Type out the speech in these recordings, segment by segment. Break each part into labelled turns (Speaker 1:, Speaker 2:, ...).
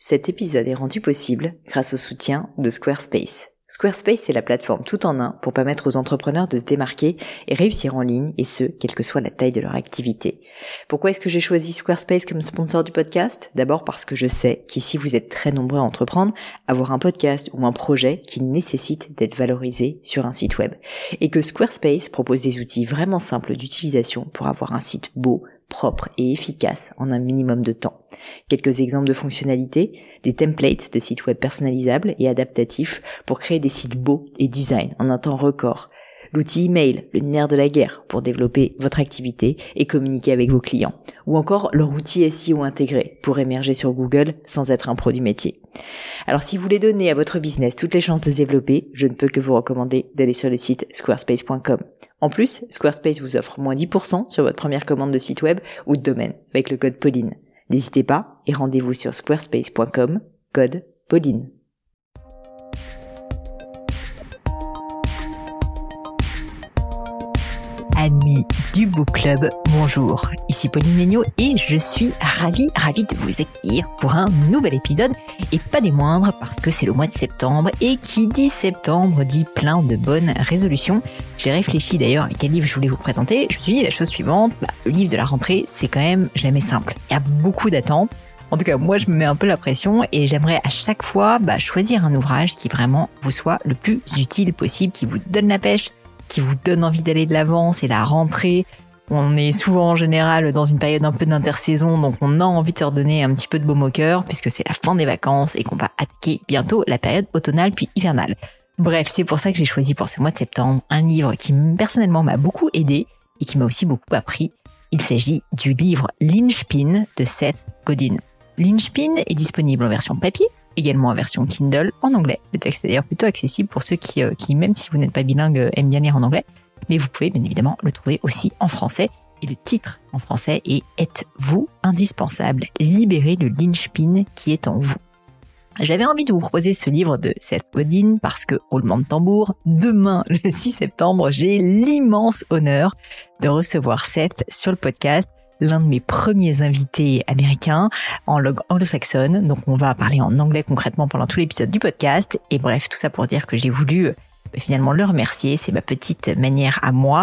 Speaker 1: Cet épisode est rendu possible grâce au soutien de Squarespace. Squarespace est la plateforme tout en un pour permettre aux entrepreneurs de se démarquer et réussir en ligne, et ce, quelle que soit la taille de leur activité. Pourquoi est-ce que j'ai choisi Squarespace comme sponsor du podcast ? D'abord parce que je sais qu'ici vous êtes très nombreux à entreprendre, avoir un podcast ou un projet qui nécessite d'être valorisé sur un site web. Et que Squarespace propose des outils vraiment simples d'utilisation pour avoir un site beau, propre et efficace en un minimum de temps. Quelques exemples de fonctionnalités, des templates de sites web personnalisables et adaptatifs pour créer des sites beaux et design en un temps record. L'outil email, le nerf de la guerre pour développer votre activité et communiquer avec vos clients. Ou encore leur outil SEO intégré pour émerger sur Google sans être un pro du métier. Alors si vous voulez donner à votre business toutes les chances de se développer, je ne peux que vous recommander d'aller sur le site squarespace.com. En plus, Squarespace vous offre moins 10% sur votre première commande de site web ou de domaine avec le code Pauline. N'hésitez pas et rendez-vous sur squarespace.com, code Pauline. Amis du Book Club, bonjour, ici Pauline Legnaud et je suis ravie de vous accueillir pour un nouvel épisode et pas des moindres parce que c'est le mois de septembre et qui dit septembre dit plein de bonnes résolutions. J'ai réfléchi d'ailleurs à quel livre je voulais vous présenter, je me suis dit la chose suivante, le livre de la rentrée c'est quand même jamais simple, il y a beaucoup d'attentes. En tout cas, moi, je me mets un peu la pression et j'aimerais à chaque fois choisir un ouvrage qui vraiment vous soit le plus utile possible, qui vous donne la pêche, qui vous donne envie d'aller de l'avant. C'est la rentrée. On est souvent en général dans une période un peu d'intersaison, donc on a envie de se redonner un petit peu de baume au cœur puisque c'est la fin des vacances et qu'on va attaquer bientôt la période automnale puis hivernale. Bref, c'est pour ça que j'ai choisi pour ce mois de septembre un livre qui personnellement m'a beaucoup aidé et qui m'a aussi beaucoup appris. Il s'agit du livre Linchpin de Seth Godin. Linchpin est disponible en version papier, également en version Kindle en anglais. Le texte est d'ailleurs plutôt accessible pour ceux qui, même si vous n'êtes pas bilingue, aiment bien lire en anglais. Mais vous pouvez bien évidemment le trouver aussi en français. Et le titre en français est « Êtes-vous indispensable ? Libérez le linchpin qui est en vous ». J'avais envie de vous proposer ce livre de Seth Godin parce que, roulement de tambour, demain, le 6 septembre, j'ai l'immense honneur de recevoir Seth sur le podcast. L'un de mes premiers invités américains en langue anglo-saxonne. Donc, on va parler en anglais concrètement pendant tout l'épisode du podcast. Et bref, tout ça pour dire que j'ai voulu finalement le remercier. C'est ma petite manière à moi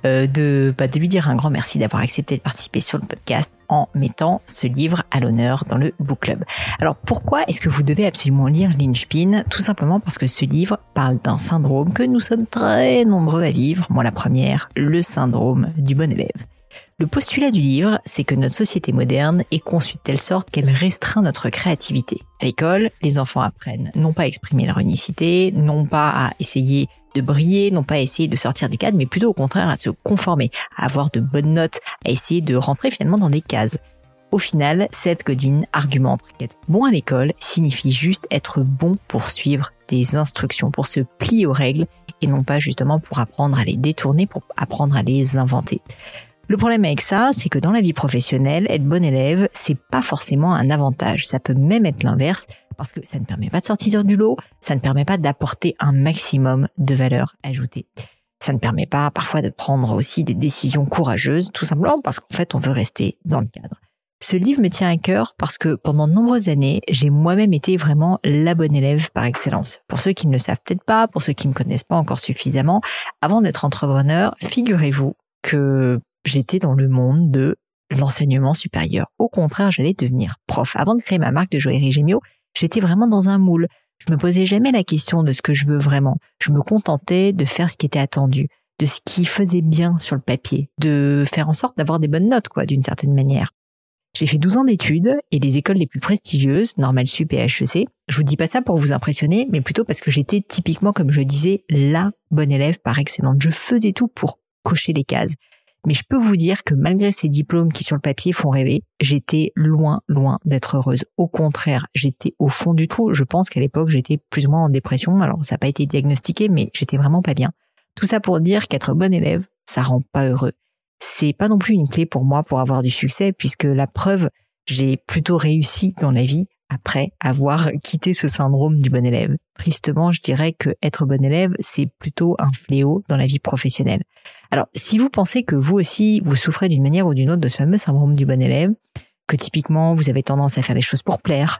Speaker 1: de lui dire un grand merci d'avoir accepté de participer sur le podcast en mettant ce livre à l'honneur dans le Book Club. Alors, pourquoi est-ce que vous devez absolument lire Linchpin ? Tout simplement parce que ce livre parle d'un syndrome que nous sommes très nombreux à vivre. Moi, la première, le syndrome du bon élève. Le postulat du livre, c'est que notre société moderne est conçue de telle sorte qu'elle restreint notre créativité. À l'école, les enfants apprennent non pas à exprimer leur unicité, non pas à essayer de briller, non pas à essayer de sortir du cadre, mais plutôt au contraire à se conformer, à avoir de bonnes notes, à essayer de rentrer finalement dans des cases. Au final, Seth Godin argumente qu'être bon à l'école signifie juste être bon pour suivre des instructions, pour se plier aux règles, et non pas justement pour apprendre à les détourner, pour apprendre à les inventer. Le problème avec ça, c'est que dans la vie professionnelle, être bon élève, c'est pas forcément un avantage. Ça peut même être l'inverse, parce que ça ne permet pas de sortir du lot, ça ne permet pas d'apporter un maximum de valeur ajoutée. Ça ne permet pas parfois de prendre aussi des décisions courageuses, tout simplement parce qu'en fait, on veut rester dans le cadre. Ce livre me tient à cœur parce que pendant de nombreuses années, j'ai moi-même été vraiment la bonne élève par excellence. Pour ceux qui ne le savent peut-être pas, pour ceux qui me connaissent pas encore suffisamment, avant d'être entrepreneur, figurez-vous que j'étais dans le monde de l'enseignement supérieur. Au contraire, j'allais devenir prof. Avant de créer ma marque de joaillerie Gemio, j'étais vraiment dans un moule. Je me posais jamais la question de ce que je veux vraiment. Je me contentais de faire ce qui était attendu, de ce qui faisait bien sur le papier, de faire en sorte d'avoir des bonnes notes, d'une certaine manière. J'ai fait 12 ans d'études et les écoles les plus prestigieuses, Normale Sup et HEC. Je vous dis pas ça pour vous impressionner, mais plutôt parce que j'étais typiquement, comme je le disais, la bonne élève par excellence. Je faisais tout pour cocher les cases. Mais je peux vous dire que malgré ces diplômes qui sur le papier font rêver, j'étais loin d'être heureuse. Au contraire, j'étais au fond du trou. Je pense qu'à l'époque, j'étais plus ou moins en dépression. Alors, ça n'a pas été diagnostiqué, mais j'étais vraiment pas bien. Tout ça pour dire qu'être bon élève, ça rend pas heureux. C'est pas non plus une clé pour moi pour avoir du succès, puisque la preuve, j'ai plutôt réussi dans la vie après avoir quitté ce syndrome du bon élève. Tristement, je dirais que être bon élève, c'est plutôt un fléau dans la vie professionnelle. Alors, si vous pensez que vous aussi, vous souffrez d'une manière ou d'une autre de ce fameux syndrome du bon élève, que typiquement, vous avez tendance à faire les choses pour plaire,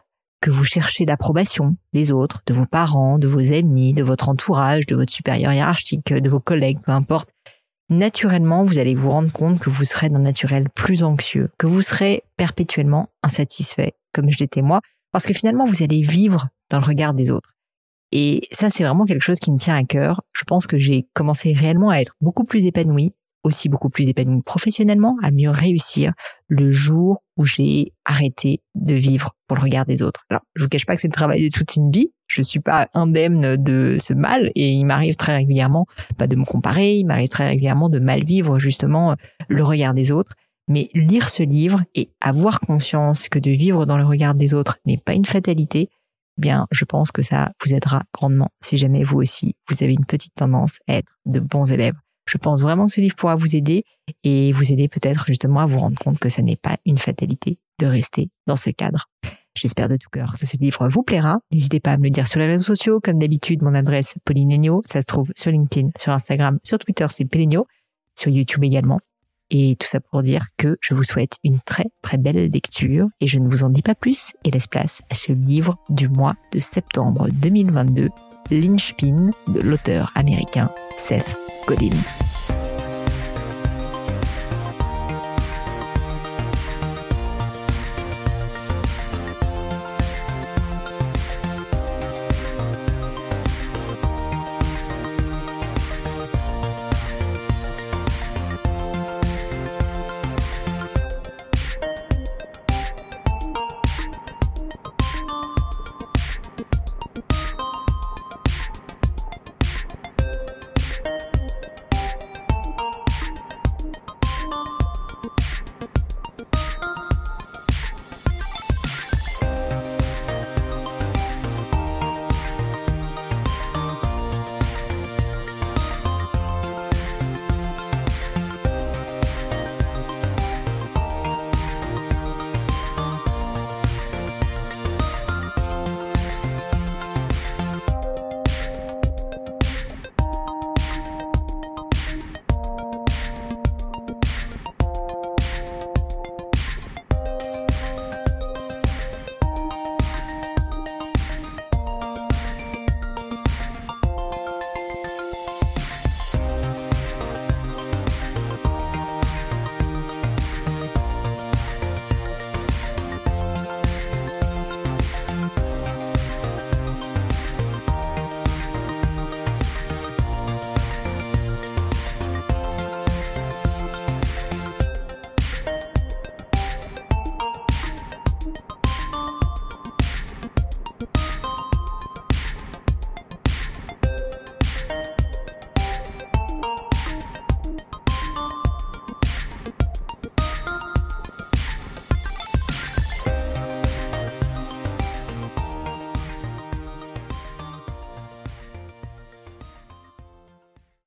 Speaker 1: que vous cherchez l'approbation des autres, de vos parents, de vos amis, de votre entourage, de votre supérieur hiérarchique, de vos collègues, peu importe, naturellement, vous allez vous rendre compte que vous serez d'un naturel plus anxieux, que vous serez perpétuellement insatisfait, comme je l'étais moi, parce que finalement, vous allez vivre dans le regard des autres. Et ça, c'est vraiment quelque chose qui me tient à cœur. Je pense que j'ai commencé réellement à être beaucoup plus épanouie, aussi beaucoup plus épanouie professionnellement, à mieux réussir le jour où j'ai arrêté de vivre pour le regard des autres. Alors, je vous cache pas que c'est le travail de toute une vie. Je suis pas indemne de ce mal et il m'arrive très régulièrement de me comparer, il m'arrive très régulièrement de mal vivre justement le regard des autres. Mais lire ce livre et avoir conscience que de vivre dans le regard des autres n'est pas une fatalité, bien, je pense que ça vous aidera grandement si jamais vous aussi, vous avez une petite tendance à être de bons élèves. Je pense vraiment que ce livre pourra vous aider et vous aider peut-être justement à vous rendre compte que ça n'est pas une fatalité de rester dans ce cadre. J'espère de tout cœur que ce livre vous plaira. N'hésitez pas à me le dire sur les réseaux sociaux. Comme d'habitude, mon adresse Pauline Agneau, ça se trouve sur LinkedIn, sur Instagram, sur Twitter, c'est Pelegno, sur YouTube également. Et tout ça pour dire que je vous souhaite une très très belle lecture et je ne vous en dis pas plus et laisse place à ce livre du mois de septembre 2022, Linchpin de l'auteur américain Seth Godin.